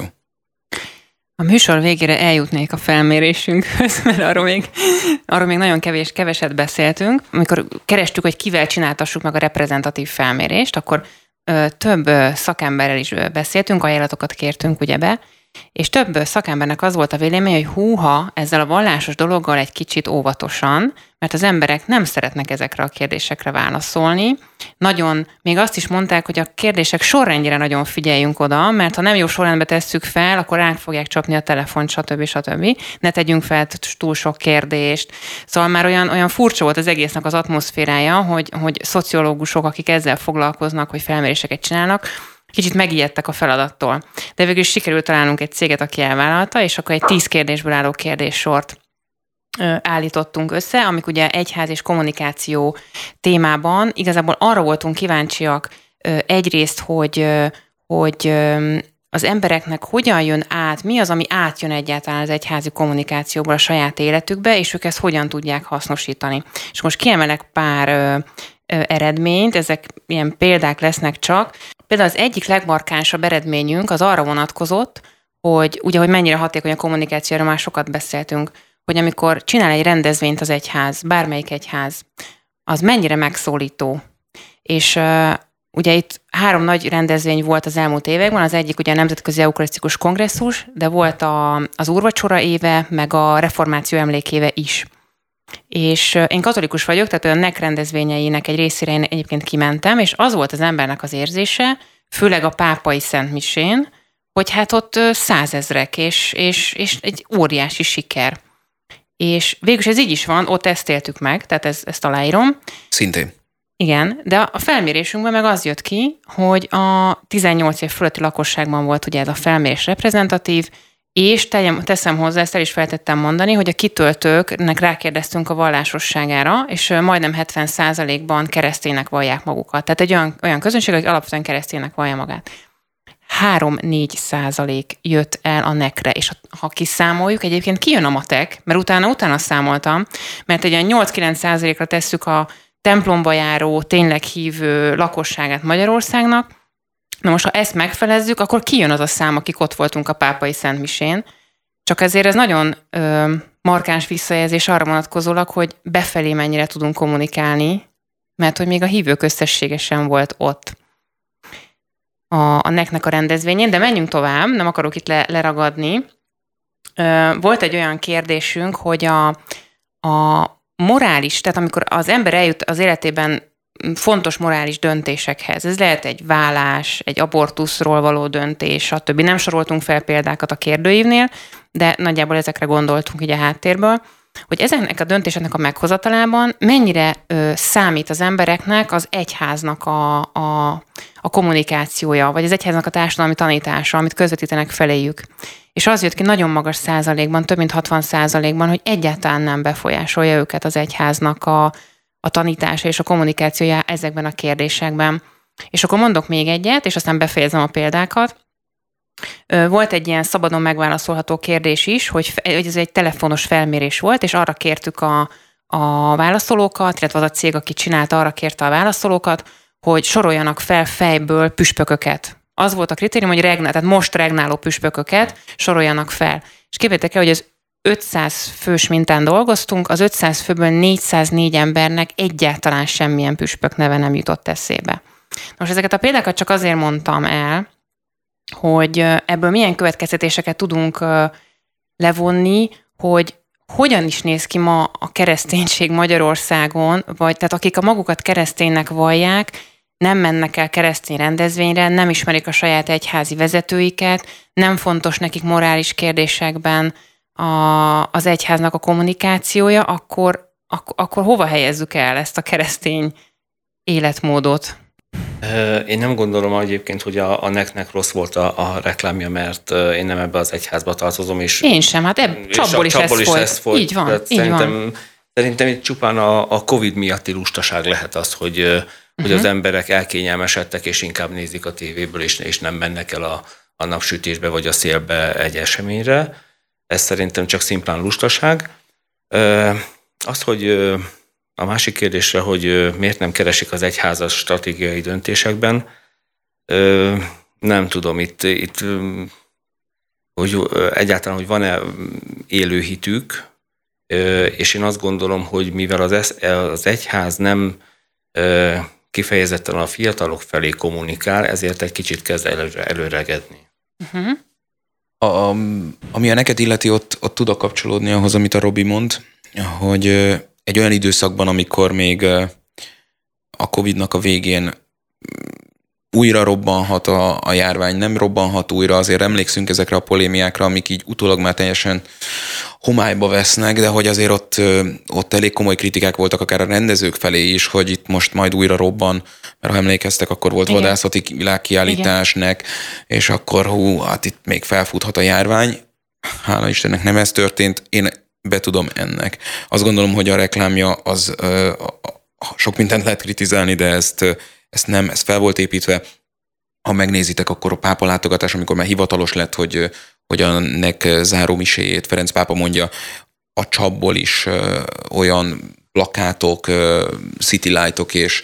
A műsor végére eljutnék a felmérésünkhöz, mert arról még, arról még nagyon kevés, keveset beszéltünk. Amikor kerestük, hogy kivel csináltassuk meg a reprezentatív felmérést, akkor ö, több ö, szakemberrel is beszéltünk, ajánlatokat kértünk ugye be, és több szakembernek az volt a vélemény, hogy húha, ezzel a vallásos dologgal egy kicsit óvatosan, mert az emberek nem szeretnek ezekre a kérdésekre válaszolni. Nagyon, még azt is mondták, hogy a kérdések sorrendjére nagyon figyeljünk oda, mert ha nem jó sorrendbe tesszük fel, akkor ránk fogják csapni a telefont, stb. stb. Ne tegyünk fel túl sok kérdést. Szóval már olyan, olyan furcsa volt az egésznek az atmoszférája, hogy, hogy szociológusok, akik ezzel foglalkoznak, hogy felméréseket csinálnak, kicsit megijedtek a feladattól. De végül is sikerült találnunk egy céget, aki elvállalta, és akkor egy tíz kérdésből álló kérdéssort állítottunk össze, amik ugye egyház és kommunikáció témában igazából arra voltunk kíváncsiak egyrészt, hogy, hogy az embereknek hogyan jön át, mi az, ami átjön egyáltalán az egyházi kommunikációból a saját életükbe, és ők ezt hogyan tudják hasznosítani. És most kiemelek pár eredményt, ezek ilyen példák lesznek csak. Például az egyik legmarkánsabb eredményünk az arra vonatkozott, hogy ugye, hogy mennyire hatékony a kommunikáció, erről már sokat beszéltünk, hogy amikor csinál egy rendezvényt az egyház, bármelyik egyház, az mennyire megszólító. És uh, ugye itt három nagy rendezvény volt az elmúlt években, az egyik ugye a Nemzetközi Eukarisztikus Kongresszus, de volt a, az Úrvacsora éve, meg a Reformáció emlékéve is. És uh, én katolikus vagyok, tehát a en e ká rendezvényeinek egy részére én egyébként kimentem, és az volt az embernek az érzése, főleg a pápai szentmisén, hogy hát ott százezrek, és, és, és egy óriási siker. És végülis ez így is van, ott ezt éltük meg, tehát ez, ezt aláírom. Szintén. Igen, de a felmérésünkben meg az jött ki, hogy a tizennyolc év fölötti lakosságban volt ugye ez a felmérés reprezentatív, és teszem hozzá, ezt el is feltettem mondani, hogy a kitöltőknek rákérdeztünk a vallásosságára, és majdnem hetven százalékban kereszténynek vallják magukat. Tehát egy olyan, olyan közönség, aki alapvetően kereszténynek vallja magát. három-négy százalék jött el a en e ká-re, és ha kiszámoljuk, egyébként kijön a matek, mert utána, utána számoltam, mert egy olyan nyolc-kilenc százalékra tesszük a templomba járó, tényleg hívő lakosságát Magyarországnak. Na most, ha ezt megfelezzük, akkor kijön az a szám, akik ott voltunk a pápai szentmisén. Csak ezért ez nagyon ö, markáns visszajelzés arra vonatkozólag, hogy befelé mennyire tudunk kommunikálni, mert hogy még a hívők összessége sem volt ott a, a en e ká-nek a rendezvényén, de menjünk tovább, nem akarok itt le, leragadni. Ö, volt egy olyan kérdésünk, hogy a, a morális, tehát amikor az ember eljut az életében fontos morális döntésekhez, ez lehet egy vállás, egy abortuszról való döntés, stb. Nem soroltunk fel példákat a kérdőívnél, de nagyjából ezekre gondoltunk így a háttérből, hogy ezeknek a döntéseknek a meghozatalában mennyire ö, számít az embereknek az egyháznak a, a, a kommunikációja, vagy az egyháznak a társadalmi tanítása, amit közvetítenek feléjük. És az jött ki nagyon magas százalékban, több mint hatvan százalékban, hogy egyáltalán nem befolyásolja őket az egyháznak a, a tanítása és a kommunikációja ezekben a kérdésekben. És akkor mondok még egyet, és aztán befejezem a példákat. Volt egy ilyen szabadon megválaszolható kérdés is, hogy, hogy ez egy telefonos felmérés volt, és arra kértük a, a válaszolókat, illetve az a cég, aki csinálta, arra kérte a válaszolókat, hogy soroljanak fel fejből püspököket. Az volt a kritérium, hogy regnál, tehát most regnáló püspököket soroljanak fel. És képzeljétek el, hogy az ötszáz fős mintán dolgoztunk, az ötszáz főből négyszáznégy embernek egyáltalán semmilyen püspök neve nem jutott eszébe. Most ezeket a példákat csak azért mondtam el, hogy ebből milyen következtetéseket tudunk levonni, hogy hogyan is néz ki ma a kereszténység Magyarországon, vagy tehát akik a magukat kereszténynek vallják, nem mennek el keresztény rendezvényre, nem ismerik a saját egyházi vezetőiket, nem fontos nekik morális kérdésekben a, az egyháznak a kommunikációja, akkor, ak- akkor hova helyezzük el ezt a keresztény életmódot? Én nem gondolom egyébként, hogy a, a nek-nek rossz volt a, a reklámja, mert én nem ebbe az egyházba tartozom. És, én sem, hát ebb, csapból is, csapból ez, is folyt. ez folyt. Így van, így szerintem, van. Szerintem itt csupán a, a Covid miatti lustaság lehet az, hogy, uh-huh. hogy az emberek elkényelmesedtek, és inkább nézik a tévéből, és, és nem mennek el a, a napsütésbe vagy a szélbe egy eseményre. Ez szerintem csak szimplán lustaság. Az, hogy a másik kérdésre, hogy miért nem keresik az egyházas stratégiai döntésekben, nem tudom, itt, itt hogy egyáltalán, hogy van-e élő hitük, és én azt gondolom, hogy mivel az, az egyház nem kifejezetten a fiatalok felé kommunikál, ezért egy kicsit kezd előre, előregedni. Uh-huh. A, ami a neked illeti, ott, ott tudok kapcsolódni ahhoz, amit a Robi mond, hogy egy olyan időszakban, amikor még a Covidnak a végén újra robbanhat a, a járvány, nem robbanhat újra, azért emlékszünk ezekre a polémiákra, amik így utólag már teljesen homályba vesznek, de hogy azért ott, ott elég komoly kritikák voltak akár a rendezők felé is, hogy itt most majd újra robban, mert ha emlékeztek, akkor volt Igen. vadászati világkiállításnak, és akkor hú, hát itt még felfuthat a járvány. Hála Istennek nem ez történt, én betudom ennek. Azt gondolom, hogy a reklámja az ö, sok mindent lehet kritizálni, de ezt, ezt nem, ez fel volt építve. Ha megnézitek, akkor a pápa látogatás, amikor már hivatalos lett, hogy, hogy a nek záró miséjét Ferenc pápa mondja, a csapból is ö, olyan plakátok, ö, city lightok és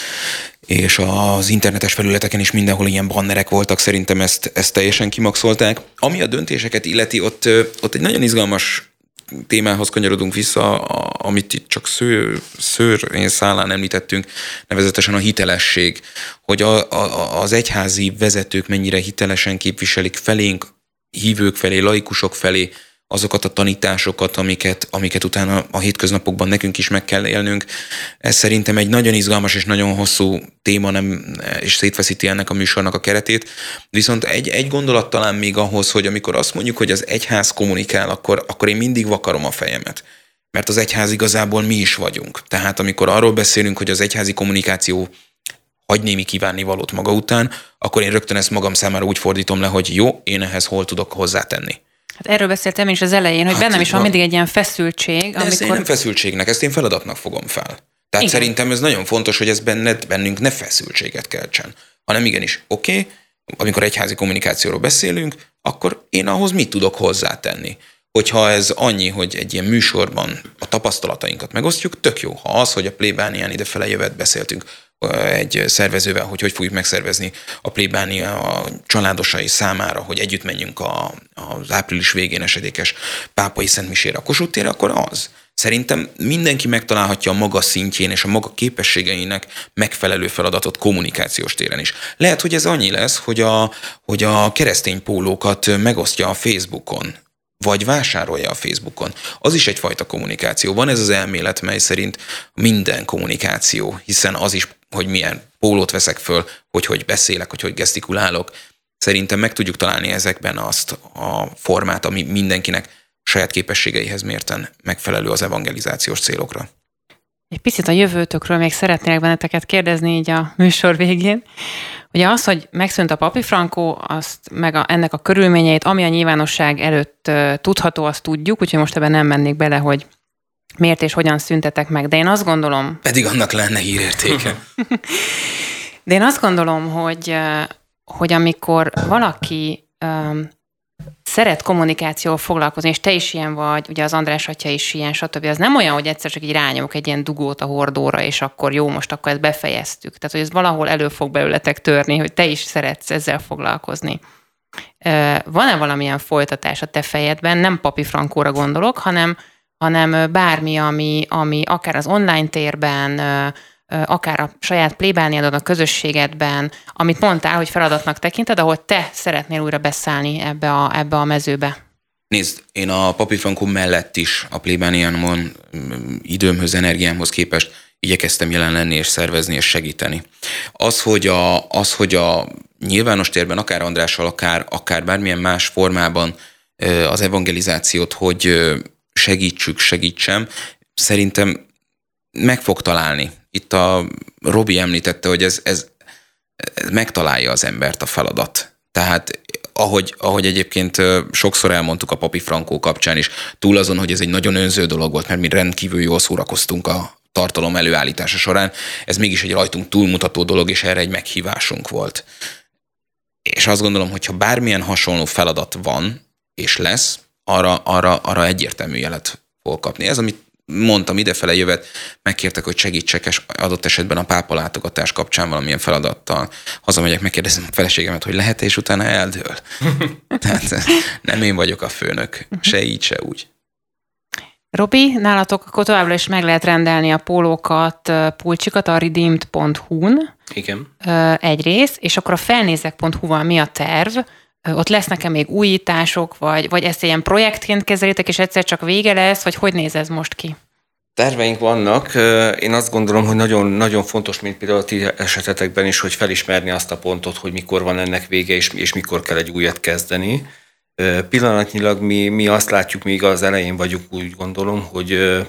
és az internetes felületeken is mindenhol ilyen bannerek voltak, szerintem ezt, ezt teljesen kimaxolták. Ami a döntéseket illeti, ott, ott egy nagyon izgalmas témához kanyarodunk vissza, amit itt csak szőr, szőr szálán említettünk, nevezetesen a hitelesség, hogy a, a, az egyházi vezetők mennyire hitelesen képviselik felénk, hívők felé, laikusok felé azokat a tanításokat, amiket, amiket utána a hétköznapokban nekünk is meg kell élnünk. Ez szerintem egy nagyon izgalmas és nagyon hosszú téma, nem, és szétfeszíti ennek a műsornak a keretét. Viszont egy, egy gondolat talán még ahhoz, hogy amikor azt mondjuk, hogy az egyház kommunikál, akkor, akkor én mindig vakarom a fejemet. Mert az egyház igazából mi is vagyunk. Tehát amikor arról beszélünk, hogy az egyházi kommunikáció hagy némi kívánnivalót maga után, akkor én rögtön ezt magam számára úgy fordítom le, hogy jó, én ehhez hol tudok hozzátenni. Hát erről beszéltem én is az elején, hogy hát bennem is van mindig egy ilyen feszültség. De amikor... ezt én nem feszültségnek, ezt én feladatnak fogom fel. Tehát igen. Szerintem ez nagyon fontos, hogy ez benned, bennünk ne feszültséget keltsen, hanem igenis, oké, okay, amikor egyházi kommunikációról beszélünk, akkor én ahhoz mit tudok hozzátenni. Hogyha ez annyi, hogy egy ilyen műsorban a tapasztalatainkat megosztjuk, tök jó. Ha az, hogy a plébánián idefele jövet beszéltünk egy szervezővel, hogy hogy fogjuk megszervezni a plébánia a családosai számára, hogy együtt menjünk a, az április végén esedékes pápai szentmisére a Kossuth térre, akkor az. Szerintem mindenki megtalálhatja a maga szintjén és a maga képességeinek megfelelő feladatot kommunikációs téren is. Lehet, hogy ez annyi lesz, hogy a, hogy a keresztény pólókat megosztja a Facebookon, vagy vásárolja a Facebookon. Az is egyfajta kommunikáció. Van ez az elmélet, mely szerint minden kommunikáció, hiszen az is, hogy milyen pólót veszek föl, hogy hogy beszélek, hogy hogy gesztikulálok. Szerintem meg tudjuk találni ezekben azt a formát, ami mindenkinek saját képességeihez mérten megfelelő az evangelizációs célokra. Egy picit a jövőtökről még szeretnélek benneteket kérdezni így a műsor végén. Ugye az, hogy megszűnt a Papi Franco, azt meg a, ennek a körülményeit, ami a nyilvánosság előtt uh, tudható, azt tudjuk, úgyhogy most ebben nem mennék bele, hogy miért és hogyan szüntetek meg. De én azt gondolom... Pedig annak lenne hírértéke. De én azt gondolom, hogy, uh, hogy amikor valaki um, szeret kommunikációval foglalkozni, és te is ilyen vagy, ugye az András atya is ilyen, stb. Az nem olyan, hogy egyszer csak így rányomok egy ilyen dugót a hordóra, és akkor jó, most akkor ezt befejeztük. Tehát, hogy ez valahol elő fog belőletek törni, hogy te is szeretsz ezzel foglalkozni. Van-e valamilyen folytatás a te fejedben? Nem Papi Frankóra gondolok, hanem, hanem bármi, ami, ami akár az online térben, akár a saját plébániádon, a közösségedben, amit mondtál, hogy feladatnak tekinted, ahol te szeretnél újra beszállni ebbe a, ebbe a mezőbe? Nézd, én a Papi Frankó mellett is a plébániámon időmhöz, energiámhoz képest igyekeztem jelen lenni és szervezni és segíteni. Az, hogy a, az, hogy a nyilvános térben, akár Andrással, akár, akár bármilyen más formában az evangelizációt, hogy segítsük, segítsem, szerintem meg fog találni. Itt a Robi említette, hogy ez, ez, ez megtalálja az embert a feladat. Tehát ahogy, ahogy egyébként sokszor elmondtuk a Papi Frankó kapcsán is, túl azon, hogy ez egy nagyon önző dolog volt, mert mi rendkívül jól szórakoztunk a tartalom előállítása során, ez mégis egy rajtunk túlmutató dolog, és erre egy meghívásunk volt. És azt gondolom, hogy ha bármilyen hasonló feladat van, és lesz, arra, arra, arra egyértelmű jelet fog kapni. Ez, amit mondtam, idefele jövet, megkértek, hogy segítsek, és adott esetben a pápa látogatás kapcsán valamilyen feladattal. Hazamegyek, megkérdezem a feleségemet, hogy lehet, és utána eldől. Tehát nem én vagyok a főnök, se így, se úgy. Robi, nálatok akkor továbbra is meg lehet rendelni a pólókat, pulcsikat a redeemed pont hu-n. Igen. Egyrészt, és akkor a felnézek pont hu-val mi a terv? Ott lesznek-e még újítások, vagy, vagy ezt ilyen projektként kezelitek, és egyszer csak vége lesz, vagy hogy néz ez most ki? Terveink vannak. Én azt gondolom, hogy nagyon, nagyon fontos, mint például a ti esetetekben is, hogy felismerni azt a pontot, hogy mikor van ennek vége, és, és mikor kell egy újat kezdeni. Pillanatnyilag mi, mi azt látjuk, még az elején vagyunk, úgy gondolom, hogy ö,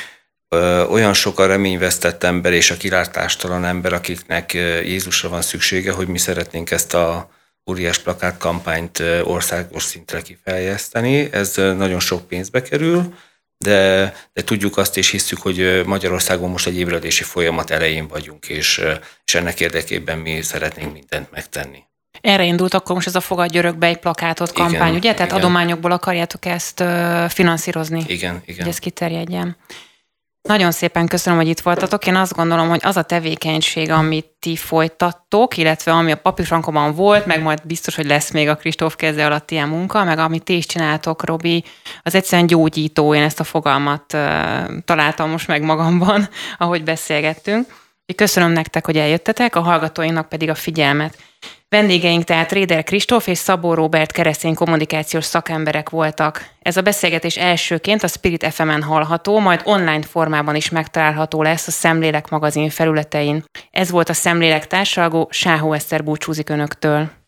ö, olyan sok a reményvesztett ember és a kilátástalan ember, akiknek Jézusra van szüksége, hogy mi szeretnénk ezt a óriás plakát kampányt országos szintre kifejleszteni. Ez nagyon sok pénzbe kerül, de, de tudjuk azt és hiszük, hogy Magyarországon most egy ébredési folyamat elején vagyunk, és, és ennek érdekében mi szeretnénk mindent megtenni. Erre indult akkor most ez a Fogadj Örökbe egy plakátot kampány, igen, ugye? Tehát igen. Adományokból akarjátok ezt uh, finanszírozni? Igen, igen. Hogy ez kiterjedjen. Nagyon szépen köszönöm, hogy itt voltatok. Én azt gondolom, hogy az a tevékenység, amit ti folytattok, illetve ami a Papi Frankóban volt, meg majd biztos, hogy lesz még a Kristóf keze alatt ilyen munka, meg amit ti is csináltok, Robi, az egyszerűen gyógyító. Én ezt a fogalmat uh, találtam most meg magamban, ahogy beszélgettünk. Köszönöm nektek, hogy eljöttetek, a hallgatóinknak pedig a figyelmet. Vendégeink tehát Réder Kristóf és Szabó Róbert keresztény kommunikációs szakemberek voltak. Ez a beszélgetés elsőként a Spirit ef emen hallható, majd online formában is megtalálható lesz a Szemlélek magazin felületein. Ez volt a Szemlélek társalgó, Sáhó Eszter búcsúzik önöktől.